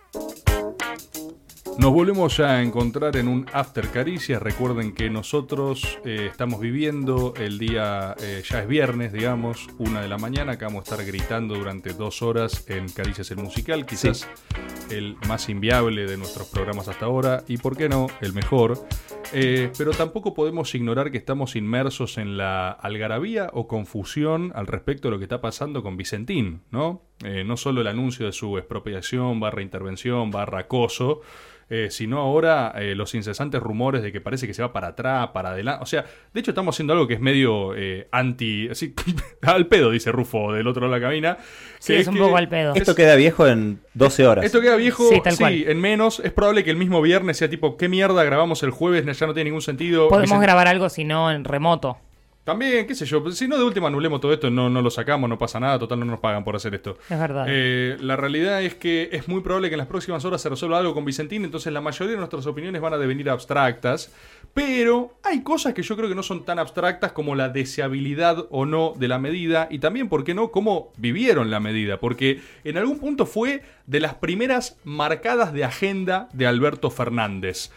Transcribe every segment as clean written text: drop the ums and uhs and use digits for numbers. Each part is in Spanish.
Nos volvemos a encontrar en un After Caricias. Recuerden que nosotros estamos viviendo el día, ya es viernes, digamos, 1 de la mañana. Acá vamos a estar gritando durante 2 horas en Caricias el Musical. Quizás el más inviable de nuestros programas hasta ahora y, ¿por qué no?, el mejor. Pero tampoco podemos ignorar que estamos inmersos en la algarabía o confusión al respecto de lo que está pasando con Vicentín, ¿no? No solo el anuncio de su expropiación, /intervención, /acoso, sino ahora los incesantes rumores de que parece que se va para atrás, para adelante. O sea, de hecho estamos haciendo algo que es medio así, al pedo, dice Rufo del otro lado de la cabina. Sí, es un poco al pedo. Esto queda viejo en 12 horas. Esto queda viejo, sí, tal cual. En menos. Es probable que el mismo viernes sea tipo, ¿qué mierda grabamos el jueves? Ya no tiene ningún sentido. Podemos grabar algo, si no, en remoto. También, qué sé yo, si no de última anulemos todo esto, no lo sacamos, no pasa nada, total no nos pagan por hacer esto. Es verdad. La realidad es que es muy probable que en las próximas horas se resuelva algo con Vicentín, entonces la mayoría de nuestras opiniones van a devenir abstractas, pero hay cosas que yo creo que no son tan abstractas como la deseabilidad o no de la medida, y también, ¿por qué no?, cómo vivieron la medida, porque en algún punto fue de las primeras marcadas de agenda de Alberto Fernández.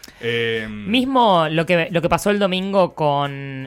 Mismo lo que pasó el domingo con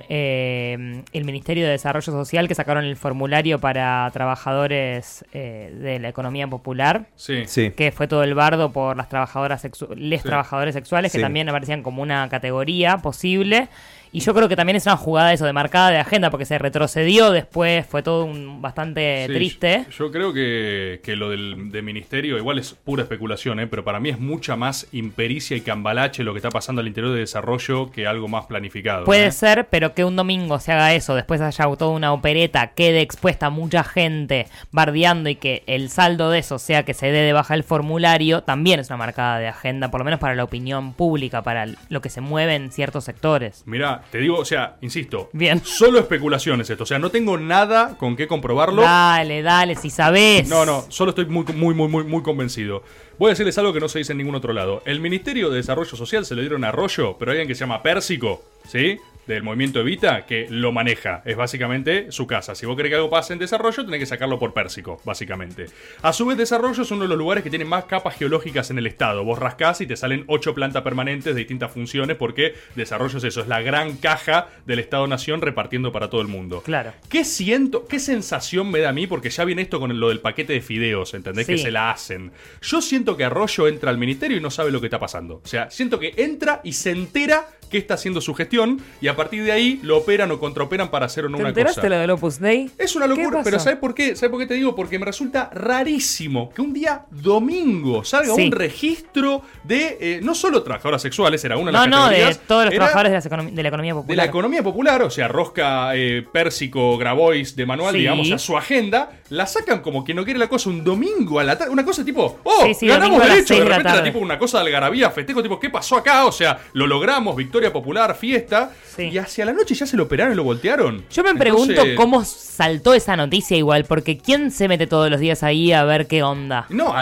el Ministerio de Desarrollo Social, que sacaron el formulario para trabajadores de la economía popular, Sí. que fue todo el bardo por las trabajadoras trabajadores sexuales, que también aparecían como una categoría posible. Y yo creo que también es una jugada eso de marcada de agenda, porque se retrocedió después, fue todo bastante triste. Yo creo que lo del ministerio igual es pura especulación, pero para mí es mucha más impericia y cambalache lo que está pasando al interior de desarrollo que algo más planificado. Puede ser, pero que un domingo se haga eso, después haya toda una opereta, quede expuesta mucha gente bardeando y que el saldo de eso sea que se dé de baja el formulario, también es una marcada de agenda, por lo menos para la opinión pública, para lo que se mueve en ciertos sectores. Mirá, te digo, o sea, insisto, bien, solo especulaciones esto, o sea, no tengo nada con qué comprobarlo. Dale, si sabés. No, solo estoy muy convencido. Voy a decirles algo que no se dice en ningún otro lado. El Ministerio de Desarrollo Social se lo dieron a Arroyo, pero hay alguien que se llama Pérsico, ¿sí?, del movimiento Evita, que lo maneja. Es básicamente su casa. Si vos querés que algo pase en desarrollo, tenés que sacarlo por Pérsico, básicamente. A su vez, desarrollo es uno de los lugares que tiene más capas geológicas en el estado. Vos rascás y te salen 8 plantas permanentes de distintas funciones, porque desarrollo es eso, es la gran caja del Estado-Nación repartiendo para todo el mundo. Claro. ¿Qué sensación me da a mí? Porque ya viene esto con lo del paquete de fideos, ¿entendés? Sí. Que se la hacen. Yo siento que Arroyo entra al ministerio y no sabe lo que está pasando. O sea, siento que entra y se entera que está haciendo su gestión y a partir de ahí lo operan o contraoperan para hacer o no una cosa. ¿Te enteraste lo del Opus Dei? Es una locura, pero ¿sabes por qué? ¿Sabes por qué te digo? Porque me resulta rarísimo que un día domingo salga un registro de no solo trabajadoras sexuales, era una de las categorías. De todos los trabajadores de la economía popular. De la economía popular, o sea, Rosca, Pérsico, Grabois, de Manual, digamos, a su agenda, la sacan como que no quiere la cosa un domingo a la tarde, una cosa tipo, ganamos derecho, de repente era tipo una cosa de algarabía, festejo, tipo, ¿qué pasó acá? O sea, lo logramos, victoria popular, fiesta, y hacia la noche ya se lo operaron y lo voltearon. Yo me pregunto cómo saltó esa noticia igual, porque ¿quién se mete todos los días ahí a ver qué onda? No,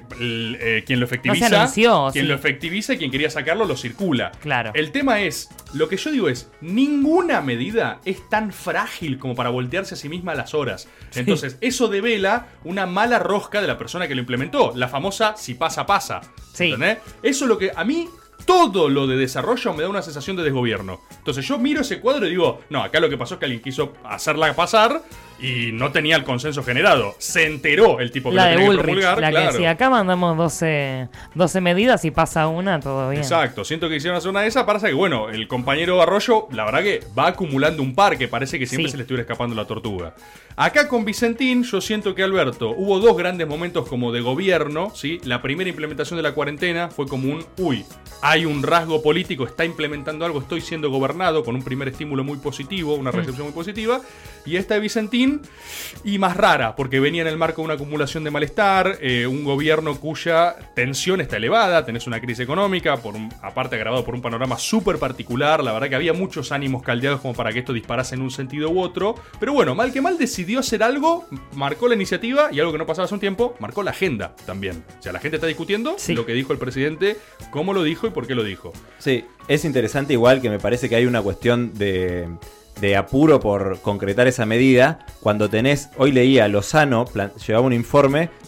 quien lo efectiviza, no se anunció, quien lo efectiviza y quien quería sacarlo lo circula. Claro. El tema es, lo que yo digo es, ninguna medida es tan frágil como para voltearse a sí misma a las horas. Entonces, eso devela una mala rosca de la persona que lo implementó, la famosa si pasa, pasa. ¿Entendés? Eso es lo que a mí... Todo lo de desarrollo me da una sensación de desgobierno. Entonces yo miro ese cuadro y digo, no, acá lo que pasó es que alguien quiso hacerla pasar y no tenía el consenso generado. Se enteró el tipo que la lo de tenía Bullrich, que promulgar. La que decía, acá mandamos 12 medidas y pasa una, todo bien. Exacto, siento que hicieron hacer una de esas. Pasa que, bueno, el compañero Arroyo, la verdad que va acumulando un par que parece que siempre se le estuviera escapando la tortuga. Acá con Vicentín, yo siento que Alberto, hubo 2 grandes momentos como de gobierno, ¿sí? La primera implementación de la cuarentena fue como un, hay un rasgo político, está implementando algo, estoy siendo gobernado, con un primer estímulo muy positivo, una recepción muy positiva. Y esta de Vicentín, y más rara, porque venía en el marco de una acumulación de malestar, un gobierno cuya tensión está elevada, tenés una crisis económica, aparte agravado por un panorama súper particular, la verdad que había muchos ánimos caldeados como para que esto disparase en un sentido u otro, pero bueno, mal que mal decidió hacer algo, marcó la iniciativa, y algo que no pasaba hace un tiempo, marcó la agenda también. O sea, la gente está discutiendo lo que dijo el presidente, cómo lo dijo y por qué lo dijo. Sí, es interesante igual que me parece que hay una cuestión de apuro por concretar esa medida, cuando tenés, hoy leía Lozano, llevaba un informe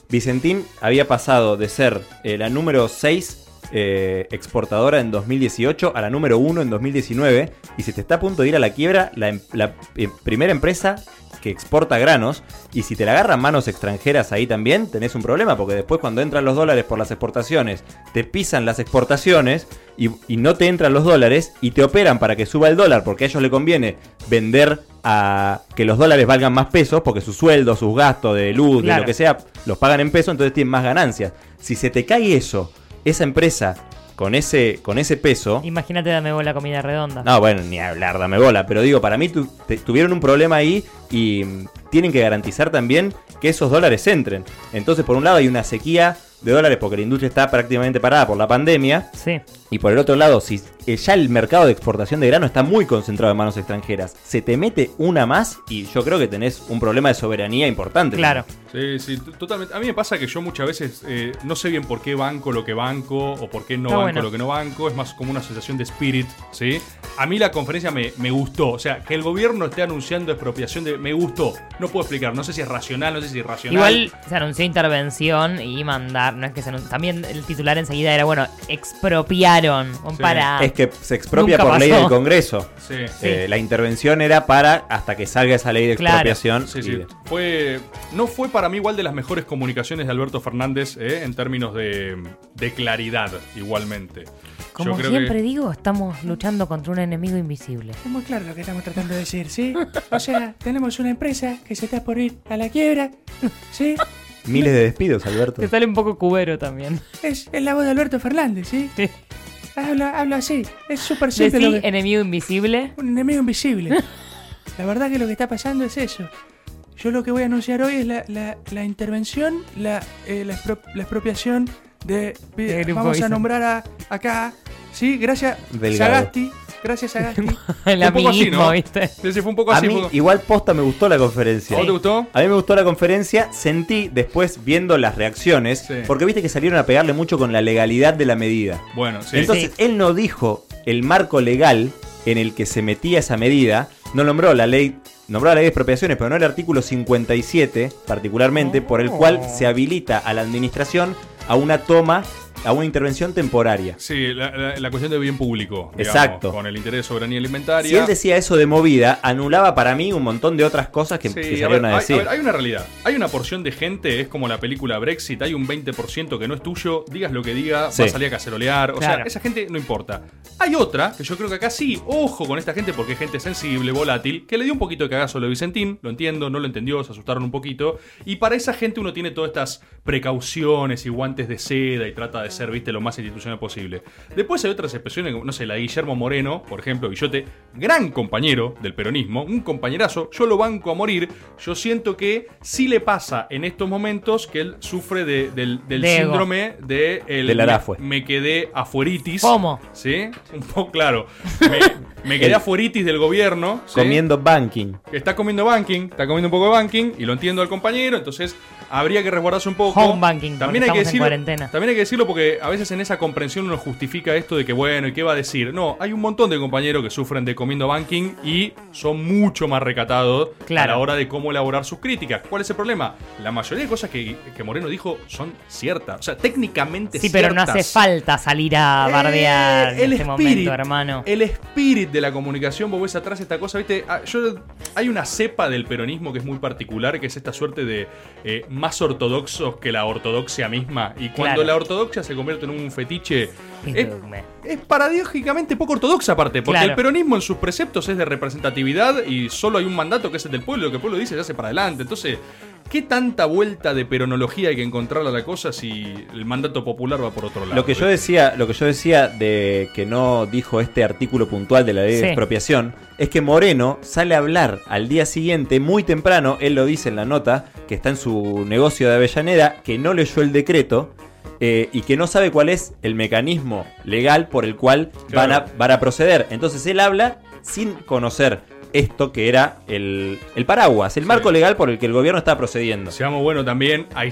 Vicentín había pasado de ser la número 6 exportadora en 2018 a la número 1 en 2019 y se te está a punto de ir a la quiebra la primera empresa que exporta granos, y si te la agarran manos extranjeras ahí también tenés un problema, porque después cuando entran los dólares por las exportaciones te pisan las exportaciones y no te entran los dólares y te operan para que suba el dólar, porque a ellos les conviene vender a que los dólares valgan más pesos, porque sus sueldos, sus gastos de luz, de lo que sea, los pagan en pesos, entonces tienen más ganancias. Si se te cae eso, esa empresa con ese peso... Imagínate Dame Bola Comida Redonda. No, bueno, ni hablar, Dame Bola. Pero digo, para mí tuvieron un problema ahí y tienen que garantizar también que esos dólares entren. Entonces, por un lado hay una sequía de dólares porque la industria está prácticamente parada por la pandemia. Sí. Y por el otro lado, si ya el mercado de exportación de grano está muy concentrado en manos extranjeras, se te mete una más y yo creo que tenés un problema de soberanía importante. Claro. Sí, totalmente. A mí me pasa que yo muchas veces no sé bien por qué banco lo que banco o por qué no Está banco bueno. lo que no banco. Es más como una asociación de spirit, ¿sí? A mí la conferencia me gustó. O sea, que el gobierno esté anunciando expropiación me gustó. No puedo explicar. No sé si es racional, no sé si es irracional. Igual se anunció intervención y mandar, no es que se anunció. También el titular enseguida era, bueno, expropiaron. Sí. Para... Es que se expropia Nunca por ley pasó. del Congreso. Sí. La intervención era para hasta que salga esa ley de Claro. expropiación. Sí, y sí. No fue para mí igual de las mejores comunicaciones de Alberto Fernández en términos de claridad, igualmente. Como Yo creo siempre que... digo, estamos luchando contra un enemigo invisible. Es muy claro lo que estamos tratando de decir, ¿sí? O sea, tenemos una empresa que se está por ir a la quiebra, ¿sí? Miles de despidos, Alberto. Te sale un poco cubero también. Es la voz de Alberto Fernández, ¿sí? Sí. Habla así. Es súper simple Decí lo que... enemigo invisible. Un enemigo invisible. La verdad que lo que está pasando es eso. Yo lo que voy a anunciar hoy es la intervención, la expropiación de Grupo vamos a Vicente. nombrar acá, ¿sí? Gracias Delgado. Sagasti. Gracias Sagasti. El Un poco así, amiguismo, ¿no? ¿viste? Sí, fue un poco A así. mí, igual posta, me gustó la conferencia. ¿A vos te gustó? A mí me gustó la conferencia, sentí después viendo las reacciones, Sí. porque viste que salieron a pegarle mucho con la legalidad de la medida. Bueno, sí. Entonces, él no dijo el marco legal en el que se metía esa medida, no nombró la ley de expropiaciones, pero no el artículo 57 particularmente, por el cual se habilita a la administración a una intervención temporaria. Sí, la cuestión de bien público. Digamos, Exacto. Con el interés de soberanía alimentaria. Si él decía eso de movida, anulaba para mí un montón de otras cosas que Sí, salieron a decir. hay una realidad. Hay una porción de gente, es como la película Brexit, hay un 20% que no es tuyo, digas lo que diga, Sí. va a salir a cacerolear. O sea, Claro. esa gente no importa. Hay otra, que yo creo que acá sí, ojo con esta gente, porque es gente sensible, volátil, que le dio un poquito de cagazo a lo de Vicentín, lo entiendo, no lo entendió, se asustaron un poquito. Y para esa gente uno tiene todas estas precauciones y guantes de seda y trata de ser, viste, lo más institucional posible. Después hay otras expresiones, como, no sé, la de Guillermo Moreno, por ejemplo, Guillote, gran compañero del peronismo, un compañerazo, yo lo banco a morir. Yo siento que sí le pasa en estos momentos que él sufre del De ego. síndrome Del Arafue. me quedé afueritis. ¿Cómo? ¿Sí? Un poco claro. Me quedé afueritis del gobierno. ¿sí? Comiendo banking. Que está comiendo banking, está comiendo un poco de banking, y lo entiendo al compañero, entonces habría que resguardarse un poco. Home banking, también porque hay que estamos en decirlo, cuarentena. también hay que decirlo porque a veces en esa comprensión uno justifica esto de que bueno, ¿y qué va a decir? No, hay un montón de compañeros que sufren de comiendo banking y son mucho más recatados Claro. a la hora de cómo elaborar sus críticas. ¿Cuál es el problema? La mayoría de cosas que Moreno dijo son ciertas, o sea, técnicamente Sí, ciertas. pero no hace falta salir a bardear en el este momento, hermano. El espíritu de la comunicación, vos ves atrás esta cosa, ¿viste? Hay una cepa del peronismo que es muy particular, que es esta suerte de más ortodoxos que la ortodoxia misma. Y cuando Claro. la ortodoxia se convierte en un fetiche, Es es paradójicamente poco ortodoxa aparte, porque Claro. el peronismo en sus preceptos es de representatividad y solo hay un mandato que es el del pueblo, y lo que el pueblo dice se hace para adelante. Entonces, ¿qué tanta vuelta de peronología hay que encontrarle a la cosa si el mandato popular va por otro lado? Lo que yo decía de que no dijo este artículo puntual de la ley Sí. de expropiación es que Moreno sale a hablar al día siguiente, muy temprano, él lo dice en la nota, que está en su negocio de Avellaneda, que no leyó el decreto y que no sabe cuál es el mecanismo legal por el cual Claro. van a proceder. Entonces él habla sin conocer esto que era el paraguas, el marco legal por el que el gobierno estaba procediendo. Seamos bueno también, hay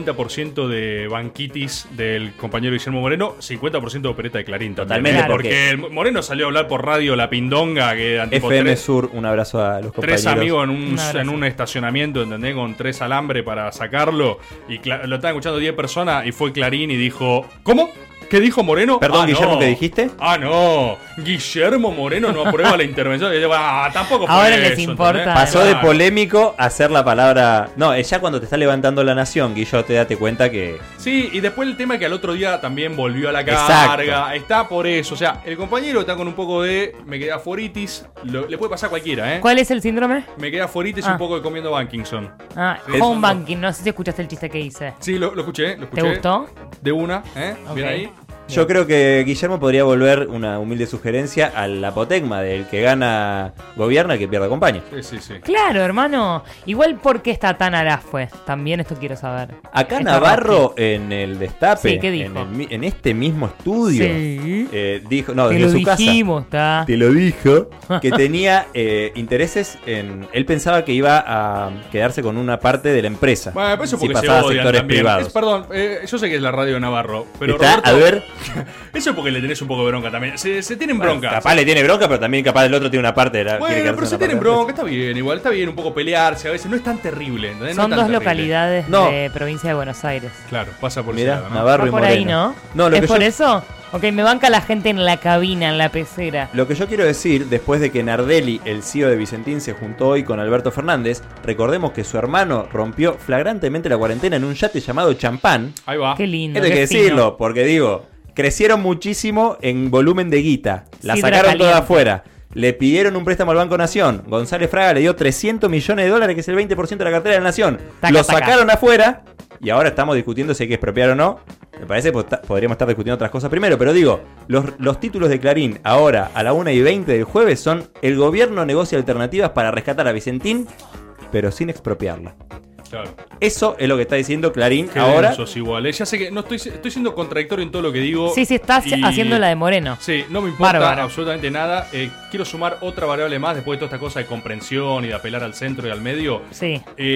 50% de banquitis del compañero Guillermo Moreno, 50% de opereta de Clarín también. Totalmente, Claro. Porque el Moreno salió a hablar por radio La Pindonga, que eran tipo FM Sur, un abrazo a los compañeros. tres amigos Un abrazo. en un estacionamiento, ¿entendés? Con 3 alambres para sacarlo. Y lo estaban escuchando 10 personas y fue Clarín y dijo, ¿cómo? ¿Qué dijo Moreno? Perdón, Guillermo, no. ¿qué dijiste? Ah, no. Guillermo Moreno no aprueba la intervención. Y yo, tampoco fue Ahora les eso, importa. ¿entendés? Pasó de Claro. polémico a hacer la palabra... No, es ya cuando te está levantando la nación, Guillo, te date cuenta que... Sí, y después el tema que al otro día también volvió a la Exacto. carga. Está por eso. O sea, el compañero está con un poco de... Me quedé aforitis. Le puede pasar a cualquiera, ¿eh? ¿Cuál es el síndrome? Me quedé aforitis y Ah. un poco de comiendo Bankinson. Ah, Sí, home son dos. banking. No sé si escuchaste el chiste que hice. Sí, lo escuché, lo escuché. ¿Te gustó? De una, ¿eh? Bien Ok. ahí. Yo creo que Guillermo podría volver, una humilde sugerencia, al apotegma del que gana gobierna, el que pierde acompaña. Sí, sí, sí. Claro, hermano. Igual, ¿por qué está tan arafue? También esto quiero saber. Acá Está Navarro, en el Destape, Sí, ¿qué dijo? en este mismo estudio, Sí. dijo, no, Te desde lo su casa, dijimos, está. te lo dijo, que tenía intereses en... Él pensaba que iba a quedarse con una parte de la empresa. Bueno, pero eso si porque se pasaba a odian sectores también. privados. Perdón, yo sé que es la radio de Navarro, pero Está, Roberto, a ver, eso es porque le tenés un poco de bronca también. Se tienen bronca. capaz le tiene bronca, pero también capaz el otro tiene una parte de la... quiere Bueno, quedarse pero con se una tienen parte de la bronca, está bien, igual, está bien un poco pelearse a veces, no es tan terrible, ¿entendés? No Son es tan dos terrible. localidades No. de provincia de Buenos Aires. Claro, pasa por Mirá, ese lado, ¿no? Navarro Va y por Moreno. ahí, ¿no? No, lo ¿Es que por yo- eso? Ok, me banca la gente en la cabina, en la pecera. Lo que yo quiero decir, después de que Nardelli, el CEO de Vicentín, se juntó hoy con Alberto Fernández, recordemos que su hermano rompió flagrantemente la cuarentena en un yate llamado Champán. Ahí va. Qué lindo. Esto hay que qué fino. decirlo, porque digo, crecieron muchísimo en volumen de guita. La Sidra sacaron toda caliente. afuera. Le pidieron un préstamo al Banco Nación. González Fraga le dio 300 millones de dólares, que es el 20% de la cartera de la Nación. Taca, Lo taca. sacaron afuera y ahora estamos discutiendo si hay que expropiar o no. Me parece que podríamos estar discutiendo otras cosas primero, pero digo, los títulos de Clarín ahora a la 1:20 del jueves son: el gobierno negocia alternativas para rescatar a Vicentín, pero sin expropiarla. Claro. Eso es lo que está diciendo Clarín Qué ahora. densos igual. Ya sé que no estoy siendo contradictorio en todo lo que digo. Sí, sí, estás y- haciendo la de Moreno. Sí, no me importa Bárbaro. absolutamente nada. Quiero sumar otra variable más después de toda esta cosa de comprensión y de apelar al centro y al medio. Sí.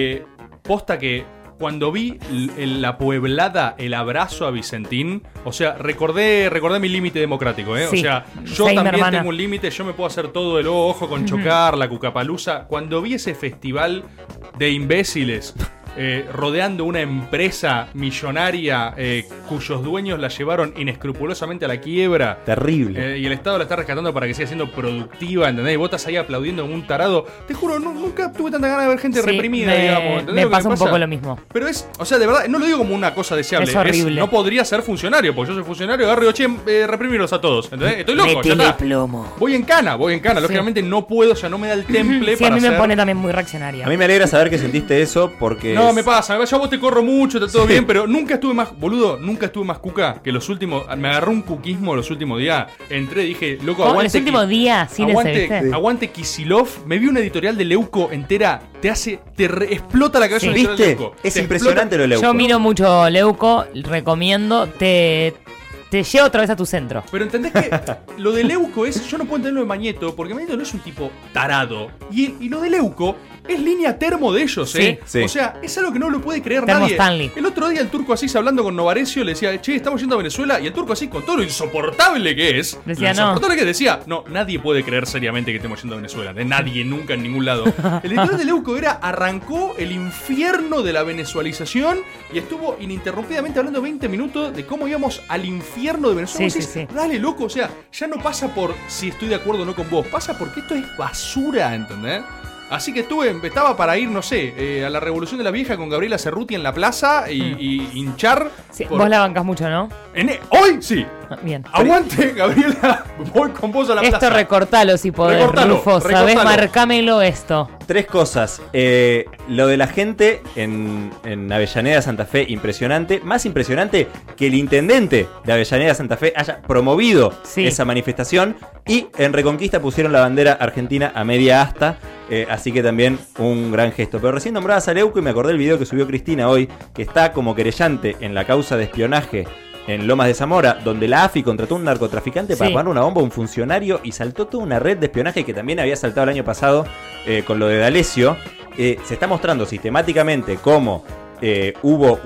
Posta que cuando vi la pueblada, el abrazo a Vicentín, o sea, recordé mi límite democrático, ¿eh? Sí. O sea, yo Same, también hermana. tengo un límite, yo me puedo hacer todo el ojo con chocar, la cucapalusa. Cuando vi ese festival de imbéciles rodeando una empresa millonaria cuyos dueños la llevaron inescrupulosamente a la quiebra. Terrible. Y el Estado la está rescatando para que siga siendo productiva, ¿entendés? Y vos estás ahí aplaudiendo como un tarado. Te juro, nunca tuve tanta ganas de ver gente Sí, reprimida, me- digamos. ¿entendés me lo que pasa un poco lo mismo. Pero es, o sea, de verdad, no lo digo como una cosa deseable. Es horrible. No podría ser funcionario, porque yo soy funcionario, agarro y digo, che, reprimirlos a todos, ¿entendés? Estoy loco, ya está. plomo. Voy en cana. Lógicamente no puedo, o sea, no me da el temple Sí, a para mí me hacer... pone también muy reaccionaria. A mí me alegra saber que sentiste eso porque... No, me pasa, yo a vos te corro mucho, está todo bien, pero nunca estuve más, boludo, nunca estuve más cuca que los últimos, me agarró un cuquismo los últimos días, entré y dije, loco, ¿Cómo? aguante. Los últimos días, sin ese, ¿viste? Aguante Kisilov, me vi una editorial de Leuco entera, explota la cabeza Sí. una editorial de ¿Viste? Leuco. Es Te impresionante lo de Leuco. Yo miro mucho Leuco, recomiendo, te lleva otra vez a tu centro. Pero entendés que lo de Leuco es. Yo no puedo entender lo de Magneto, porque Magneto no es un tipo tarado. Y lo de Leuco es línea termo de ellos, ¿eh? Sí, sí. O sea, es algo que no lo puede creer Termo nadie. Stanley. El otro día el Turco Asís hablando con Novarecio le decía, che, estamos yendo a Venezuela. Y el Turco Asís, con todo lo insoportable que es, Decía, lo no. insoportable que decía, no, nadie puede creer seriamente que estemos yendo a Venezuela. De nadie, nunca, en ningún lado. El editorial de Leuco arrancó el infierno de la venezualización y estuvo ininterrumpidamente hablando 20 minutos de cómo íbamos al infierno de Venezuela. Sí, Vos sí, decís, sí. dale, loco, o sea, ya no pasa por si estoy de acuerdo o no con vos, pasa porque esto es basura, ¿entendés? Así que estaba para ir, no sé, a la Revolución de la Vieja con Gabriela Cerruti en la plaza y hinchar. Sí, por- vos la bancás mucho, ¿no? Hoy sí. Ah, bien. Aguante, Gabriela. Voy con vos a la Esto plaza. recortalo si podés, Recortalo, Rufo. ¿Sabés? recortalo. Marcámelo esto. 3 cosas. Lo de la gente en Avellaneda, Santa Fe, impresionante. Más impresionante que el intendente de Avellaneda, Santa Fe, haya promovido Sí. esa manifestación. Y en Reconquista pusieron la bandera argentina a media asta. Así que también un gran gesto. Pero recién nombrabas a Leuco y me acordé del video que subió Cristina hoy, que está como querellante en la causa de espionaje en Lomas de Zamora, donde la AFI contrató a un narcotraficante para Sí. poner una bomba a un funcionario y saltó toda una red de espionaje que también había saltado el año pasado con lo de D'Alessio. Se está mostrando sistemáticamente cómo hubo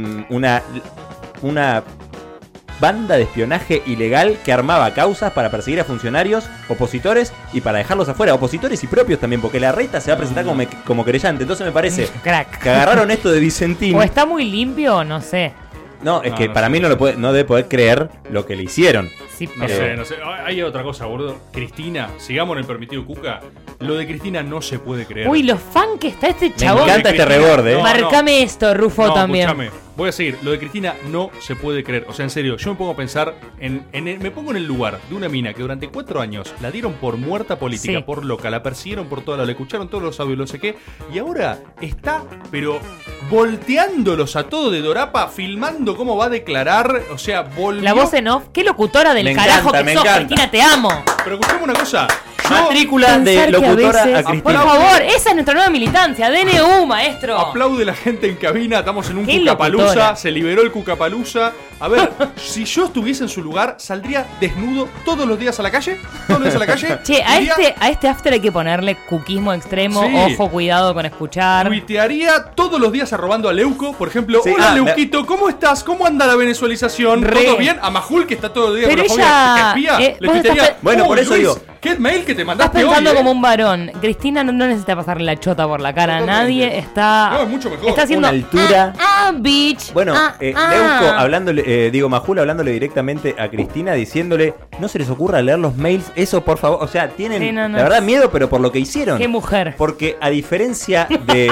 una banda de espionaje ilegal que armaba causas para perseguir a funcionarios, opositores y para dejarlos afuera, opositores y propios también, porque la reta se va a presentar como querellante. Entonces me parece Crack. que agarraron esto de Vicentín. O está muy limpio o no sé. No, es No, que no para sé. mí no debe poder creer lo que le hicieron. Sí, No pero... sé. Hay otra cosa, boludo. Cristina, sigamos en el permitido Cuca. Lo de Cristina no se puede creer. Uy, lo fan que está este Me chabón. encanta este Cristina, reborde. no. Marcame esto, Rufo, también. Escúchame. Voy a seguir. Lo de Cristina no se puede creer. O sea, en serio, yo me pongo a pensar me pongo en el lugar de una mina que durante 4 años la dieron por muerta política, Sí. por loca, la persiguieron por toda la, le escucharon todos los audios, no sé qué, y ahora está, pero volteándolos a todo de Dorapa, filmando cómo va a declarar, o sea, volvió. La voz en off. Qué locutora del Me carajo encanta, que me sos, encanta. Cristina, te amo. Pero escuchame una cosa. Yo Matrícula de Pensar que locutora a veces- Cristina. Por favor, esa es nuestra nueva militancia. DNU, maestro. aplaude la gente en cabina, estamos en un Qué Cucapalusa, locutora. se liberó el Cucapalusa. A ver, si yo estuviese en su lugar, saldría desnudo todos los días a la calle. Todos los días a la calle. Che, iría, a este after hay que ponerle cuquismo extremo. Sí. Ojo, cuidado con escuchar. tuitearía todos los días arrobando a Leuco, por ejemplo. Sí, Hola ah, Leuquito, ¿cómo estás? ¿Cómo anda la venezualización? Re. ¿Todo bien? A Majul, que está todo el día Pero con la ella, fobia espía, le vos estás tuitearía. Bueno, por "Uy, eso Luis, digo, ¿qué mail que te Estás mandaste pensando hoy? como un varón. Cristina no necesita pasarle la chota por la cara a Totalmente. nadie. Está. No, es mucho mejor. Está haciendo. Una altura. Bitch. Bueno, ah. Leuco hablándole, Majul hablándole directamente a Cristina diciéndole, no se les ocurra leer los mails, eso por favor, o sea, tienen Sí, no. la verdad miedo, pero por lo que hicieron. Qué mujer. Porque a diferencia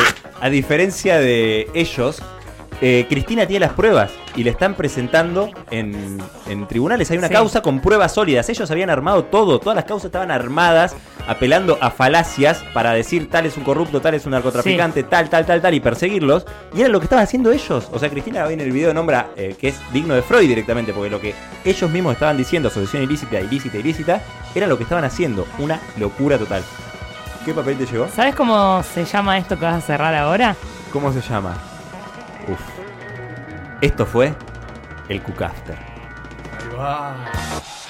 de ellos, Cristina tiene las pruebas y le están presentando en tribunales. Hay una Sí. causa con pruebas sólidas. Ellos habían armado todo, todas las causas estaban armadas, apelando a falacias para decir tal es un corrupto, tal es un narcotraficante, tal, y perseguirlos. Y era lo que estaban haciendo ellos. O sea, Cristina hoy en el video nombra que es digno de Freud directamente, porque lo que ellos mismos estaban diciendo, asociación ilícita, era lo que estaban haciendo. Una locura total. ¿Qué papel te llegó? ¿Sabes cómo se llama esto que vas a cerrar ahora? ¿Cómo se llama? Uf. Esto fue el Cucafter. Ahí va.